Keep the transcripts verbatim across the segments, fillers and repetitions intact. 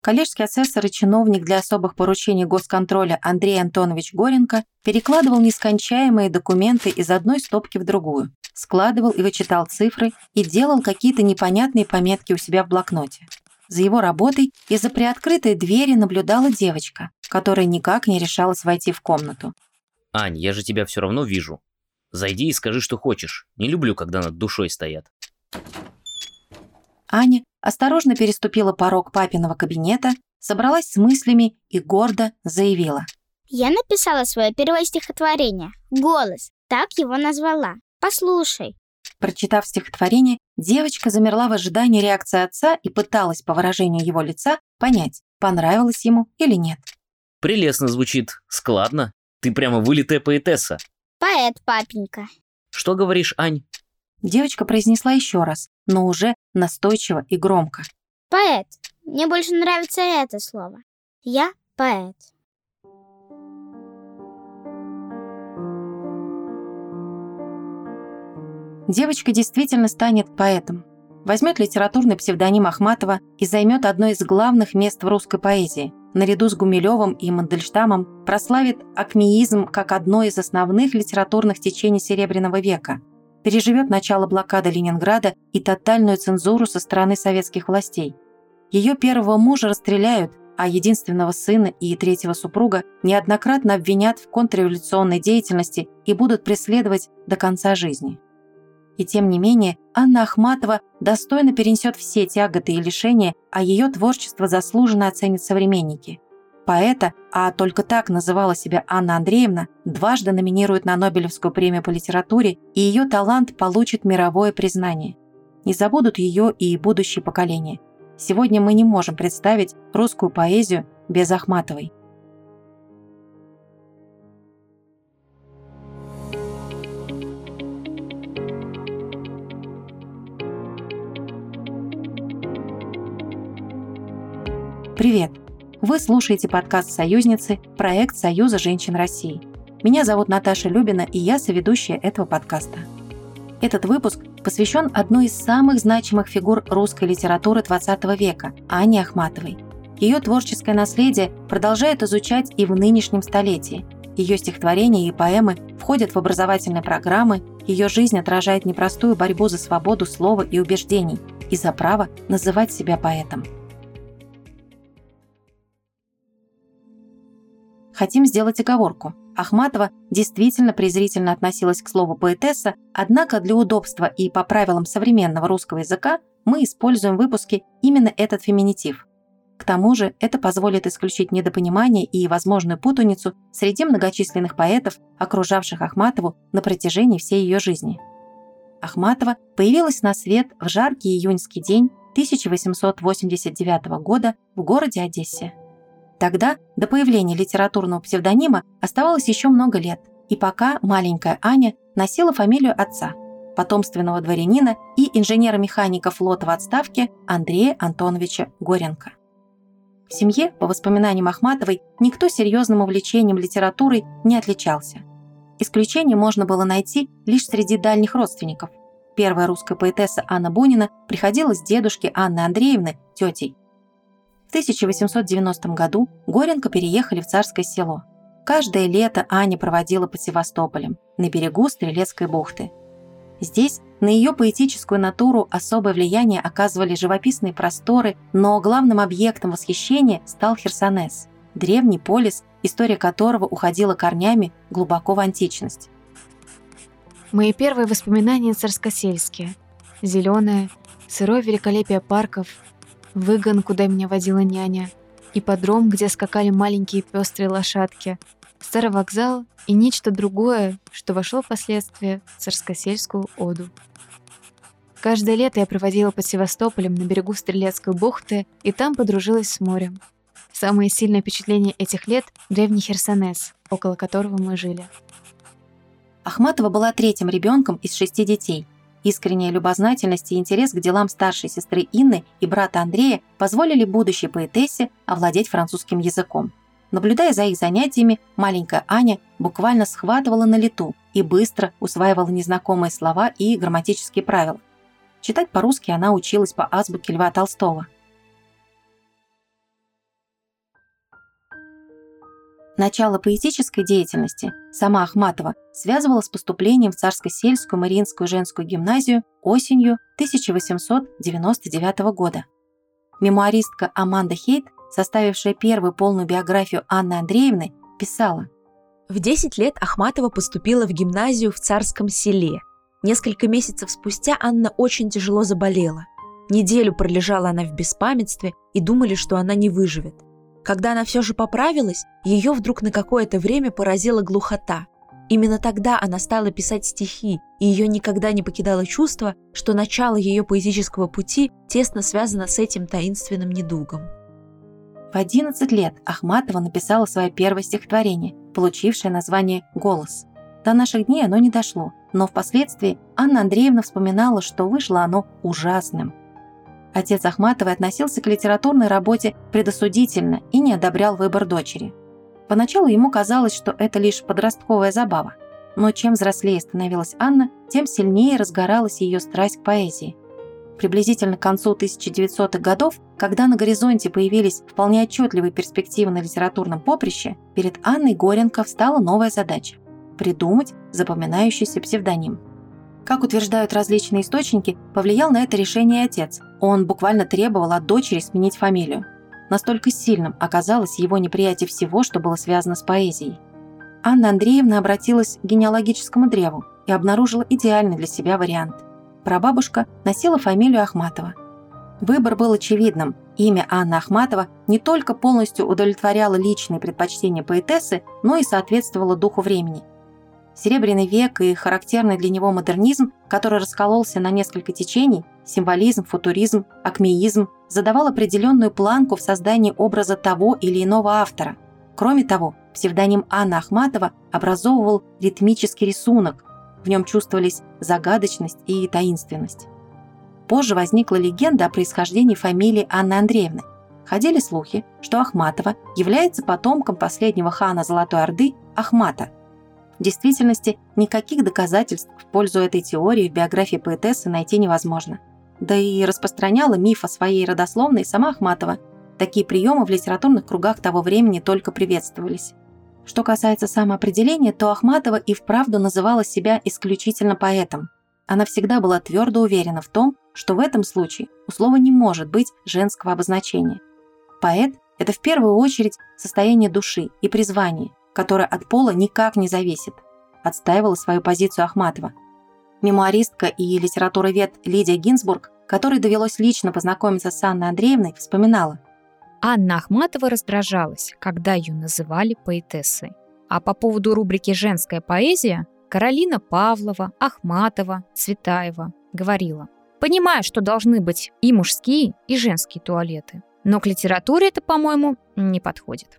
Коллежский асессор и чиновник для особых поручений госконтроля Андрей Антонович Горенко перекладывал нескончаемые документы из одной стопки в другую, складывал и вычитал цифры и делал какие-то непонятные пометки у себя в блокноте. За его работой из-за приоткрытой двери наблюдала девочка, которая никак не решалась войти в комнату. «Ань, я же тебя все равно вижу. Зайди и скажи, что хочешь. Не люблю, когда над душой стоят». Аня осторожно переступила порог папиного кабинета, собралась с мыслями и гордо заявила. «Я написала свое первое стихотворение. «Голос». Так его назвала. Послушай». Прочитав стихотворение, девочка замерла в ожидании реакции отца и пыталась, по выражению его лица, понять, понравилось ему или нет. «Прелестно звучит. Складно. Ты прямо вылитая поэтесса». «Поэт, папенька». «Что говоришь, Ань?» Девочка произнесла еще раз, но уже настойчиво и громко. «Поэт. Мне больше нравится это слово. Я поэт». Девочка действительно станет поэтом. Возьмет литературный псевдоним Ахматова и займет одно из главных мест в русской поэзии. Наряду с Гумилевым и Мандельштамом прославит акмеизм как одно из основных литературных течений Серебряного века. Переживет начало блокады Ленинграда и тотальную цензуру со стороны советских властей. Ее первого мужа расстреляют, а единственного сына и третьего супруга неоднократно обвинят в контрреволюционной деятельности и будут преследовать до конца жизни. И тем не менее, Анна Ахматова достойно перенесет все тяготы и лишения, а ее творчество заслуженно оценят современники. Поэта, а только так называла себя Анна Андреевна, дважды номинируют на Нобелевскую премию по литературе, и ее талант получит мировое признание. Не забудут ее и будущие поколения. Сегодня мы не можем представить русскую поэзию без Ахматовой. Привет! Вы слушаете подкаст «Союзницы», проект Союза женщин России. Меня зовут Наташа Любина, и я соведущая этого подкаста. Этот выпуск посвящен одной из самых значимых фигур русской литературы двадцатого века – Анне Ахматовой. Ее творческое наследие продолжает изучать и в нынешнем столетии. Ее стихотворения и поэмы входят в образовательные программы, ее жизнь отражает непростую борьбу за свободу слова и убеждений и за право называть себя поэтом. Хотим сделать оговорку. Ахматова действительно презрительно относилась к слову «поэтесса», однако для удобства и по правилам современного русского языка мы используем в выпуске именно этот феминитив. К тому же это позволит исключить недопонимание и возможную путаницу среди многочисленных поэтов, окружавших Ахматову на протяжении всей ее жизни. Ахматова появилась на свет в жаркий июньский день тысяча восемьсот восемьдесят девятого года в городе Одессе. Тогда до появления литературного псевдонима оставалось еще много лет, и пока маленькая Аня носила фамилию отца, потомственного дворянина и инженера-механика флота в отставке Андрея Антоновича Горенко. В семье, по воспоминаниям Ахматовой, никто серьезным увлечением литературой не отличался. Исключение можно было найти лишь среди дальних родственников. Первая русская поэтесса Анна Бунина приходилась дедушке Анны Андреевны тетей. В тысяча восемьсот девяностом году Горенко переехали в Царское Село. Каждое лето Аня проводила под Севастополем, на берегу Стрелецкой бухты. Здесь на ее поэтическую натуру особое влияние оказывали живописные просторы, но главным объектом восхищения стал Херсонес, древний полис, история которого уходила корнями глубоко в античность. Мои первые воспоминания царскосельские. Зеленое, сырое великолепие парков, выгон, куда меня водила няня, ипподром, где скакали маленькие пестрые лошадки, старый вокзал и нечто другое, что вошло впоследствии в царскосельскую оду. Каждое лето я проводила под Севастополем на берегу Стрелецкой бухты и там подружилась с морем. Самое сильное впечатление этих лет – древний Херсонес, около которого мы жили. Ахматова была третьим ребенком из шести детей. Искренняя любознательность и интерес к делам старшей сестры Инны и брата Андрея позволили будущей поэтессе овладеть французским языком. Наблюдая за их занятиями, маленькая Аня буквально схватывала на лету и быстро усваивала незнакомые слова и грамматические правила. Читать по-русски она училась по азбуке Льва Толстого. Начало поэтической деятельности сама Ахматова связывала с поступлением в Царско-сельскую Мариинскую женскую гимназию осенью тысяча восемьсот девяносто девятого года. Мемуаристка Аманда Хейт, составившая первую полную биографию Анны Андреевны, писала: В десять лет Ахматова поступила в гимназию в Царском селе. Несколько месяцев спустя Анна очень тяжело заболела. Неделю пролежала она в беспамятстве и думали, что она не выживет. Когда она все же поправилась, ее вдруг на какое-то время поразила глухота. Именно тогда она стала писать стихи, и ее никогда не покидало чувство, что начало ее поэтического пути тесно связано с этим таинственным недугом. В одиннадцать лет Ахматова написала свое первое стихотворение, получившее название «Голос». До наших дней оно не дошло, но впоследствии Анна Андреевна вспоминала, что вышло оно ужасным. Отец Ахматовой относился к литературной работе предосудительно и не одобрял выбор дочери. Поначалу ему казалось, что это лишь подростковая забава. Но чем взрослее становилась Анна, тем сильнее разгоралась ее страсть к поэзии. Приблизительно к концу тысяча девятисотых годов, когда на горизонте появились вполне отчетливые перспективы на литературном поприще, перед Анной Горенко встала новая задача – придумать запоминающийся псевдоним. Как утверждают различные источники, повлиял на это решение отец. Он буквально требовал от дочери сменить фамилию. Настолько сильным оказалось его неприятие всего, что было связано с поэзией. Анна Андреевна обратилась к генеалогическому древу и обнаружила идеальный для себя вариант. Прабабушка носила фамилию Ахматова. Выбор был очевидным. Имя Анна Ахматова не только полностью удовлетворяло личные предпочтения поэтессы, но и соответствовало духу времени. Серебряный век и характерный для него модернизм, который раскололся на несколько течений, символизм, футуризм, акмеизм, задавал определенную планку в создании образа того или иного автора. Кроме того, псевдоним Анна Ахматова образовывал ритмический рисунок, в нем чувствовались загадочность и таинственность. Позже возникла легенда о происхождении фамилии Анны Андреевны. Ходили слухи, что Ахматова является потомком последнего хана Золотой Орды Ахмата. В действительности, никаких доказательств в пользу этой теории в биографии поэтессы найти невозможно. Да и распространяла миф о своей родословной сама Ахматова. Такие приемы в литературных кругах того времени только приветствовались. Что касается самоопределения, то Ахматова и вправду называла себя исключительно поэтом. Она всегда была твердо уверена в том, что в этом случае у слова не может быть женского обозначения. Поэт – это в первую очередь состояние души и призвание, которая от пола никак не зависит, отстаивала свою позицию Ахматова. Мемуаристка и литературовед Лидия Гинзбург, которой довелось лично познакомиться с Анной Андреевной, вспоминала: Анна Ахматова раздражалась, когда ее называли поэтессой. А по поводу рубрики «Женская поэзия» Каролина Павлова, Ахматова, Цветаева говорила: «Понимаю, что должны быть и мужские, и женские туалеты, но к литературе это, по-моему, не подходит».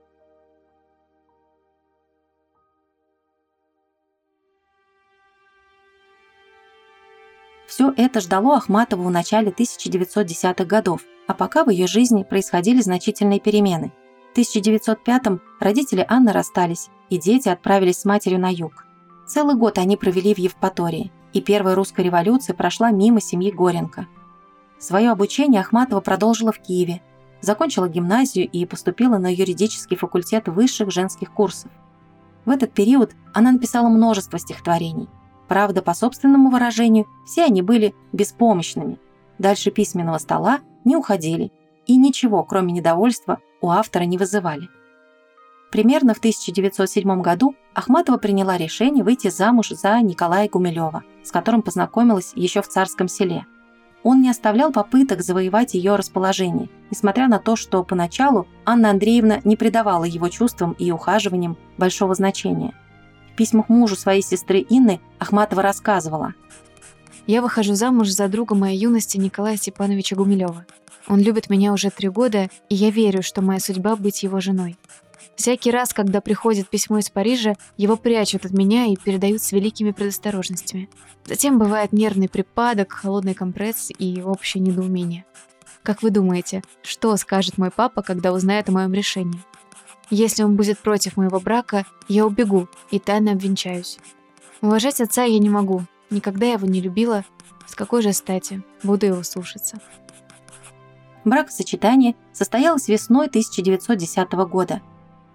Все это ждало Ахматову в начале тысяча девятьсот десятых годов, а пока в ее жизни происходили значительные перемены. В тысяча девятьсот пятом родители Анны расстались, и дети отправились с матерью на юг. Целый год они провели в Евпатории, и первая русская революция прошла мимо семьи Горенко. Свое обучение Ахматова продолжила в Киеве, закончила гимназию и поступила на юридический факультет высших женских курсов. В этот период она написала множество стихотворений. Правда, по собственному выражению, все они были беспомощными. Дальше письменного стола не уходили и ничего, кроме недовольства, у автора не вызывали. Примерно в тысяча девятьсот седьмом году Ахматова приняла решение выйти замуж за Николая Гумилева, с которым познакомилась еще в Царском селе. Он не оставлял попыток завоевать ее расположение, несмотря на то, что поначалу Анна Андреевна не придавала его чувствам и ухаживаниям большого значения. В письмах мужу своей сестры Инны Ахматова рассказывала: «Я выхожу замуж за друга моей юности Николая Степановича Гумилева. Он любит меня уже три года, и я верю, что моя судьба — быть его женой. Всякий раз, когда приходит письмо из Парижа, его прячут от меня и передают с великими предосторожностями. Затем бывает нервный припадок, холодный компресс и общее недоумение. Как вы думаете, что скажет мой папа, когда узнает о моем решении? Если он будет против моего брака, я убегу и тайно обвенчаюсь. Уважать отца я не могу, никогда его не любила. С какой же стати буду его слушаться?» Бракосочетание состоялось весной тысяча девятьсот десятого года.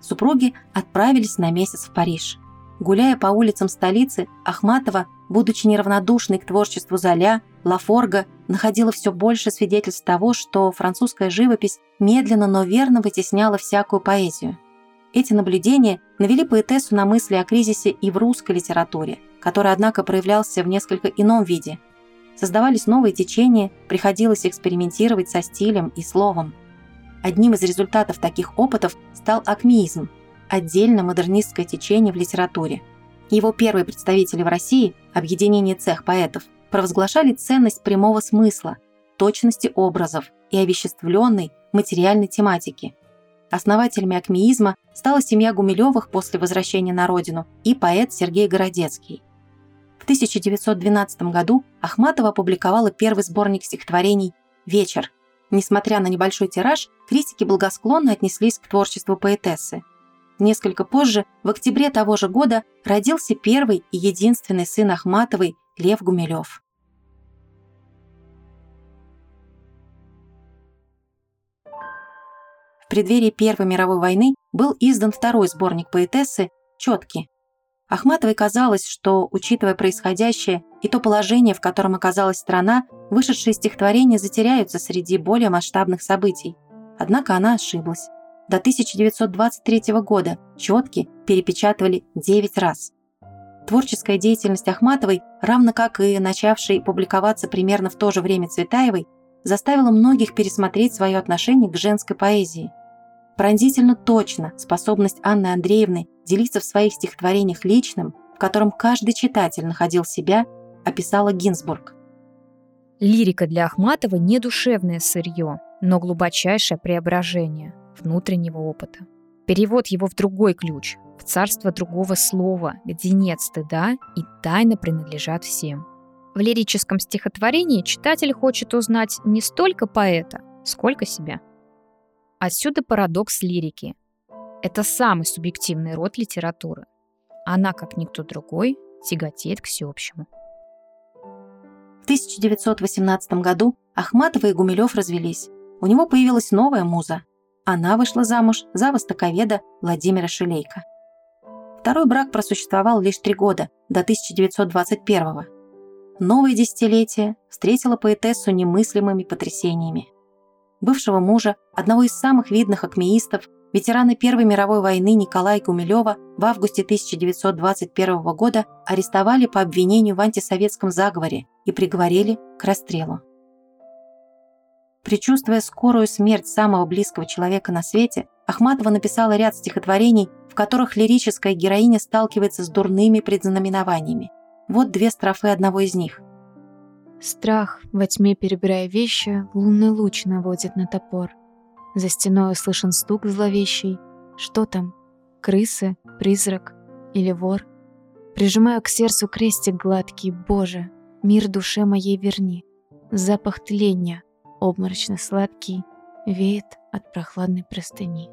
супруги отправились на месяц в Париж. Гуляя по улицам столицы, Ахматова, будучи неравнодушной к творчеству Золя, Лафорга, находила все больше свидетельств того, что французская живопись медленно, но верно вытесняла всякую поэзию. Эти наблюдения навели поэтессу на мысли о кризисе и в русской литературе, который, однако, проявлялся в несколько ином виде. Создавались новые течения, приходилось экспериментировать со стилем и словом. Одним из результатов таких опытов стал акмеизм – отдельно модернистское течение в литературе. Его первые представители в России, объединение цех поэтов, провозглашали ценность прямого смысла, точности образов и овеществленной материальной тематики. Основателями акмеизма стала семья Гумилевых после возвращения на родину и поэт Сергей Городецкий. В тысяча девятьсот двенадцатом году Ахматова опубликовала первый сборник стихотворений «Вечер». Несмотря на небольшой тираж, критики благосклонно отнеслись к творчеству поэтессы. Несколько позже, в октябре того же года, родился первый и единственный сын Ахматовой Лев Гумилев. В преддверии Первой мировой войны был издан второй сборник поэтессы «Четки». Ахматовой казалось, что, учитывая происходящее и то положение, в котором оказалась страна, вышедшие стихотворения затеряются среди более масштабных событий. Однако она ошиблась. До тысяча девятьсот двадцать третьего года «Четки» перепечатывали девять раз. Творческая деятельность Ахматовой, равно как и начавшей публиковаться примерно в то же время Цветаевой, заставила многих пересмотреть свое отношение к женской поэзии. Пронзительно точно способность Анны Андреевны делиться в своих стихотворениях личным, в котором каждый читатель находил себя, описала Гинзбург. Лирика для Ахматовой не душевное сырье, но глубочайшее преображение внутреннего опыта. Перевод его в другой ключ, в царство другого слова, где нет стыда и тайна принадлежат всем. В лирическом стихотворении читатель хочет узнать не столько поэта, сколько себя. Отсюда парадокс лирики. Это самый субъективный род литературы. Она, как никто другой, тяготеет к всеобщему. В тысяча девятьсот восемнадцатом году Ахматова и Гумилев развелись. У него появилась новая муза. Она вышла замуж за востоковеда Владимира Шилейко. Второй брак просуществовал лишь три года, до тысяча девятьсот двадцать первого. Новое десятилетие встретило поэтессу немыслимыми потрясениями. Бывшего мужа, одного из самых видных акмеистов, ветерана Первой мировой войны Николая Гумилева в августе тысяча девятьсот двадцать первого года арестовали по обвинению в антисоветском заговоре и приговорили к расстрелу. Предчувствуя скорую смерть самого близкого человека на свете, Ахматова написала ряд стихотворений, в которых лирическая героиня сталкивается с дурными предзнаменованиями. Вот две строфы одного из них. Страх, во тьме перебирая вещи, лунный луч наводит на топор. За стеной услышан стук зловещий. Что там? Крысы, призрак или вор? Прижимаю к сердцу крестик гладкий, Боже, мир душе моей верни. Запах тления, обморочно-сладкий, веет от прохладной простыни.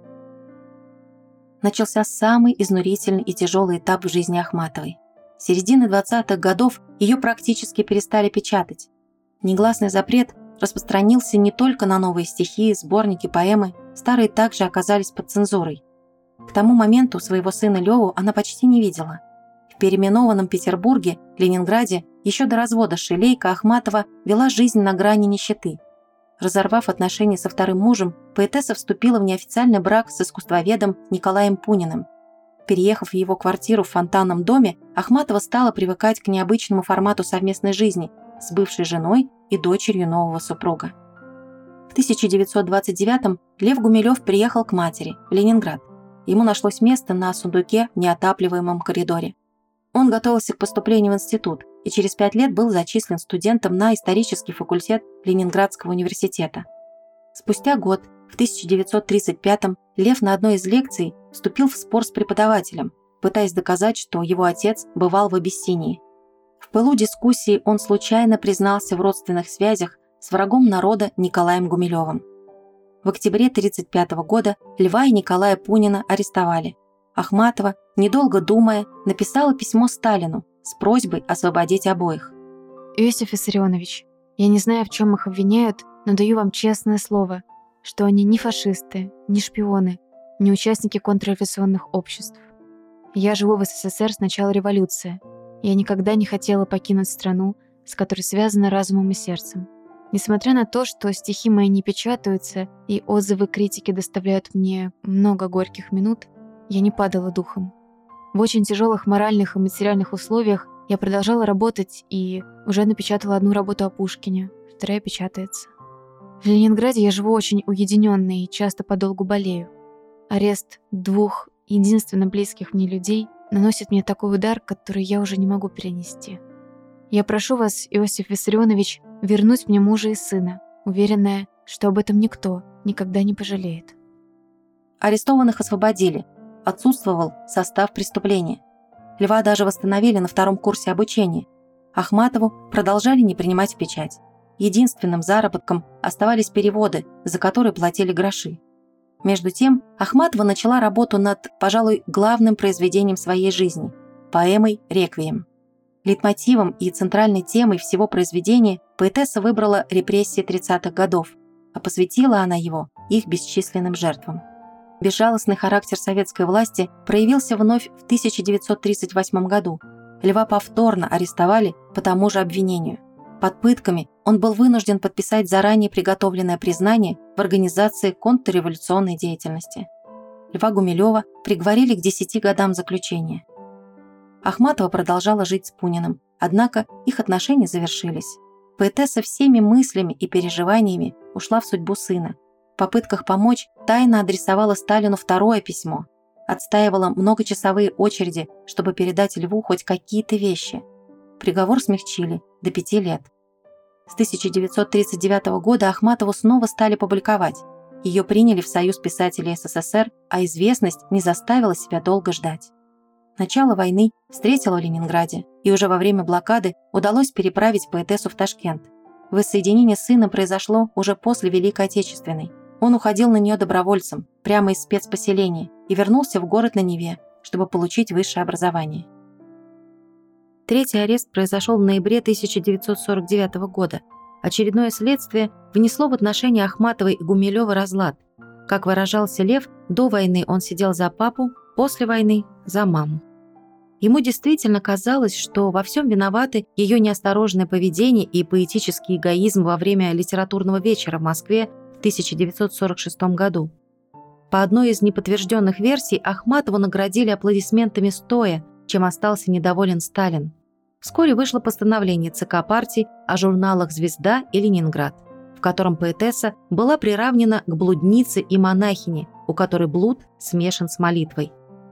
Начался самый изнурительный и тяжелый этап в жизни Ахматовой. С середины двадцатых годов ее практически перестали печатать. Негласный запрет распространился не только на новые стихи, сборники, поэмы, старые также оказались под цензурой. К тому моменту своего сына Леву она почти не видела. В переименованном Петербурге, Ленинграде, еще до развода с Шилейко Ахматова вела жизнь на грани нищеты. Разорвав отношения со вторым мужем, поэтесса вступила в неофициальный брак с искусствоведом Николаем Пуниным. Переехав в его квартиру в Фонтанном доме, Ахматова стала привыкать к необычному формату совместной жизни с бывшей женой и дочерью нового супруга. В тысяча девятьсот двадцать девятом Лев Гумилев приехал к матери в Ленинград. Ему нашлось место на сундуке в неотапливаемом коридоре. Он готовился к поступлению в институт и через пять лет был зачислен студентом на исторический факультет Ленинградского университета. Спустя год, в тысяча девятьсот тридцать пятом, Лев на одной из лекций вступил в спор с преподавателем, пытаясь доказать, что его отец бывал в Абиссинии. В пылу дискуссии он случайно признался в родственных связях с врагом народа Николаем Гумилевым. В октябре тысяча девятьсот тридцать пятого года Льва и Николая Пунина арестовали. Ахматова, недолго думая, написала письмо Сталину с просьбой освободить обоих. Иосиф Виссарионович, я не знаю, в чем их обвиняют, но даю вам честное слово, что они не фашисты, не шпионы, не участники контрреволюционных обществ. Я живу в СССР с начала революции. Я никогда не хотела покинуть страну, с которой связана разумом и сердцем. Несмотря на то, что стихи мои не печатаются и отзывы критики доставляют мне много горьких минут, я не падала духом. В очень тяжелых моральных и материальных условиях я продолжала работать и уже напечатала одну работу о Пушкине, вторая печатается. В Ленинграде я живу очень уединенно и часто подолгу болею. Арест двух единственно близких мне людей наносит мне такой удар, который я уже не могу перенести. Я прошу вас, Иосиф Виссарионович, вернуть мне мужа и сына, уверенная, что об этом никто никогда не пожалеет. Арестованных освободили. Отсутствовал состав преступления. Льва даже восстановили на втором курсе обучения. Ахматову продолжали не принимать в печать. Единственным заработком оставались переводы, за которые платили гроши. Между тем, Ахматова начала работу над, пожалуй, главным произведением своей жизни – поэмой «Реквием». Лейтмотивом и центральной темой всего произведения поэтесса выбрала репрессии тридцатых годов, а посвятила она его их бесчисленным жертвам. Безжалостный характер советской власти проявился вновь в тысяча девятьсот тридцать восьмом году. Льва повторно арестовали по тому же обвинению. Под пытками он был вынужден подписать заранее приготовленное признание в организации контрреволюционной деятельности. Льва Гумилёва приговорили к десяти годам заключения. Ахматова продолжала жить с Пуниным, однако их отношения завершились. Поэтесса всеми мыслями и переживаниями ушла в судьбу сына. В попытках помочь тайно адресовала Сталину второе письмо. Отстаивала многочасовые очереди, чтобы передать Льву хоть какие-то вещи. Приговор смягчили до пяти лет. С тысяча девятьсот тридцать девятого года Ахматову снова стали публиковать. Ее приняли в Союз писателей СССР, а известность не заставила себя долго ждать. Начало войны встретила в Ленинграде, и уже во время блокады удалось переправить поэтессу в Ташкент. Воссоединение с сыном произошло уже после Великой Отечественной. Он уходил на нее добровольцем, прямо из спецпоселения, и вернулся в город на Неве, чтобы получить высшее образование. Третий арест произошел в ноябре тысяча девятьсот сорок девятого года. Очередное следствие внесло в отношения Ахматовой и Гумилёва разлад. Как выражался Лев, до войны он сидел за папу, после войны – за маму. Ему действительно казалось, что во всем виноваты ее неосторожное поведение и поэтический эгоизм во время литературного вечера в Москве в тысяча девятьсот сорок шестом году. По одной из неподтвержденных версий Ахматову наградили аплодисментами стоя, чем остался недоволен Сталин. Вскоре вышло постановление ЦК партии о журналах «Звезда» и «Ленинград», в котором поэтесса была приравнена к блуднице и монахине, у которой блуд смешан с молитвой.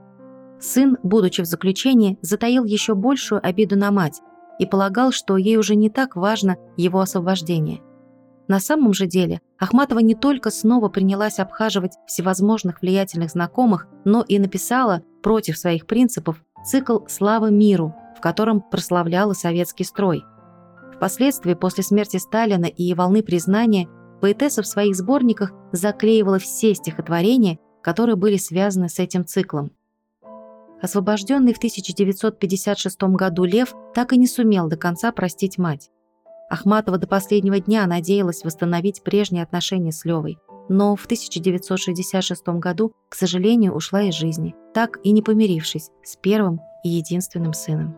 Сын, будучи в заключении, затаил еще большую обиду на мать и полагал, что ей уже не так важно его освобождение. На самом же деле Ахматова не только снова принялась обхаживать всевозможных влиятельных знакомых, но и написала против своих принципов цикл «Слава миру», в котором прославляла советский строй. Впоследствии, после смерти Сталина и волны признания, поэтесса в своих сборниках заклеивала все стихотворения, которые были связаны с этим циклом. Освобожденный в тысяча девятьсот пятьдесят шестом году Лев так и не сумел до конца простить мать. Ахматова до последнего дня надеялась восстановить прежние отношения с Левой, но в тысяча девятьсот шестьдесят шестом году, к сожалению, ушла из жизни, так и не помирившись с первым и единственным сыном.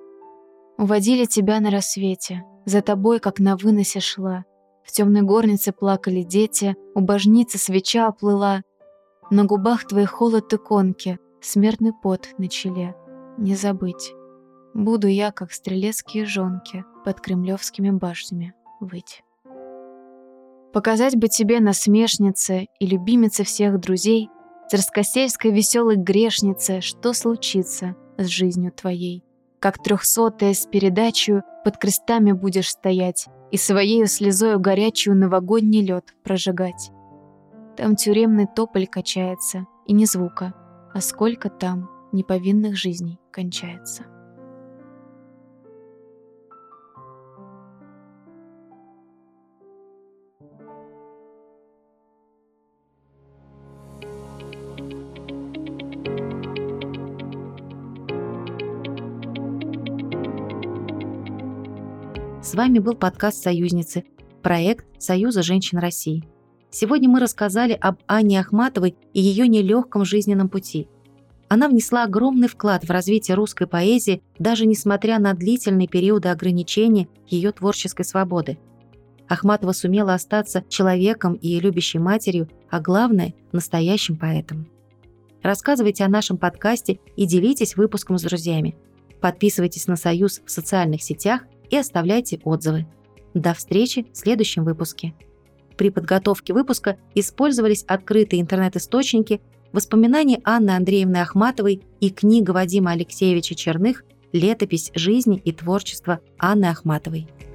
Уводили тебя на рассвете, за тобой, как на выносе шла. В темной горнице плакали дети, у божницы свеча оплыла. На губах твоих холод иконки, смертный пот на челе. Не забыть. Буду я, как стрелецкие жонки, под кремлевскими башнями выть. Показать бы тебе, насмешнице и любимице всех друзей, царскосельской веселой грешнице, что случится с жизнью твоей. Как трехсотая с передачью под крестами будешь стоять и своею слезою горячую новогодний лед прожигать. Там тюремный тополь качается, и не звука, а сколько там неповинных жизней кончается. С вами был подкаст «Союзницы», проект Союза женщин России. Сегодня мы рассказали об Анне Ахматовой и ее нелегком жизненном пути. Она внесла огромный вклад в развитие русской поэзии, даже несмотря на длительные периоды ограничения ее творческой свободы. Ахматова сумела остаться человеком и любящей матерью, а главное – настоящим поэтом. Рассказывайте о нашем подкасте и делитесь выпуском с друзьями. Подписывайтесь на «Союз» в социальных сетях и оставляйте отзывы. До встречи в следующем выпуске. При подготовке выпуска использовались открытые интернет-источники, воспоминания Анны Андреевны Ахматовой и книга Вадима Алексеевича Черных «Летопись жизни и творчества Анны Ахматовой».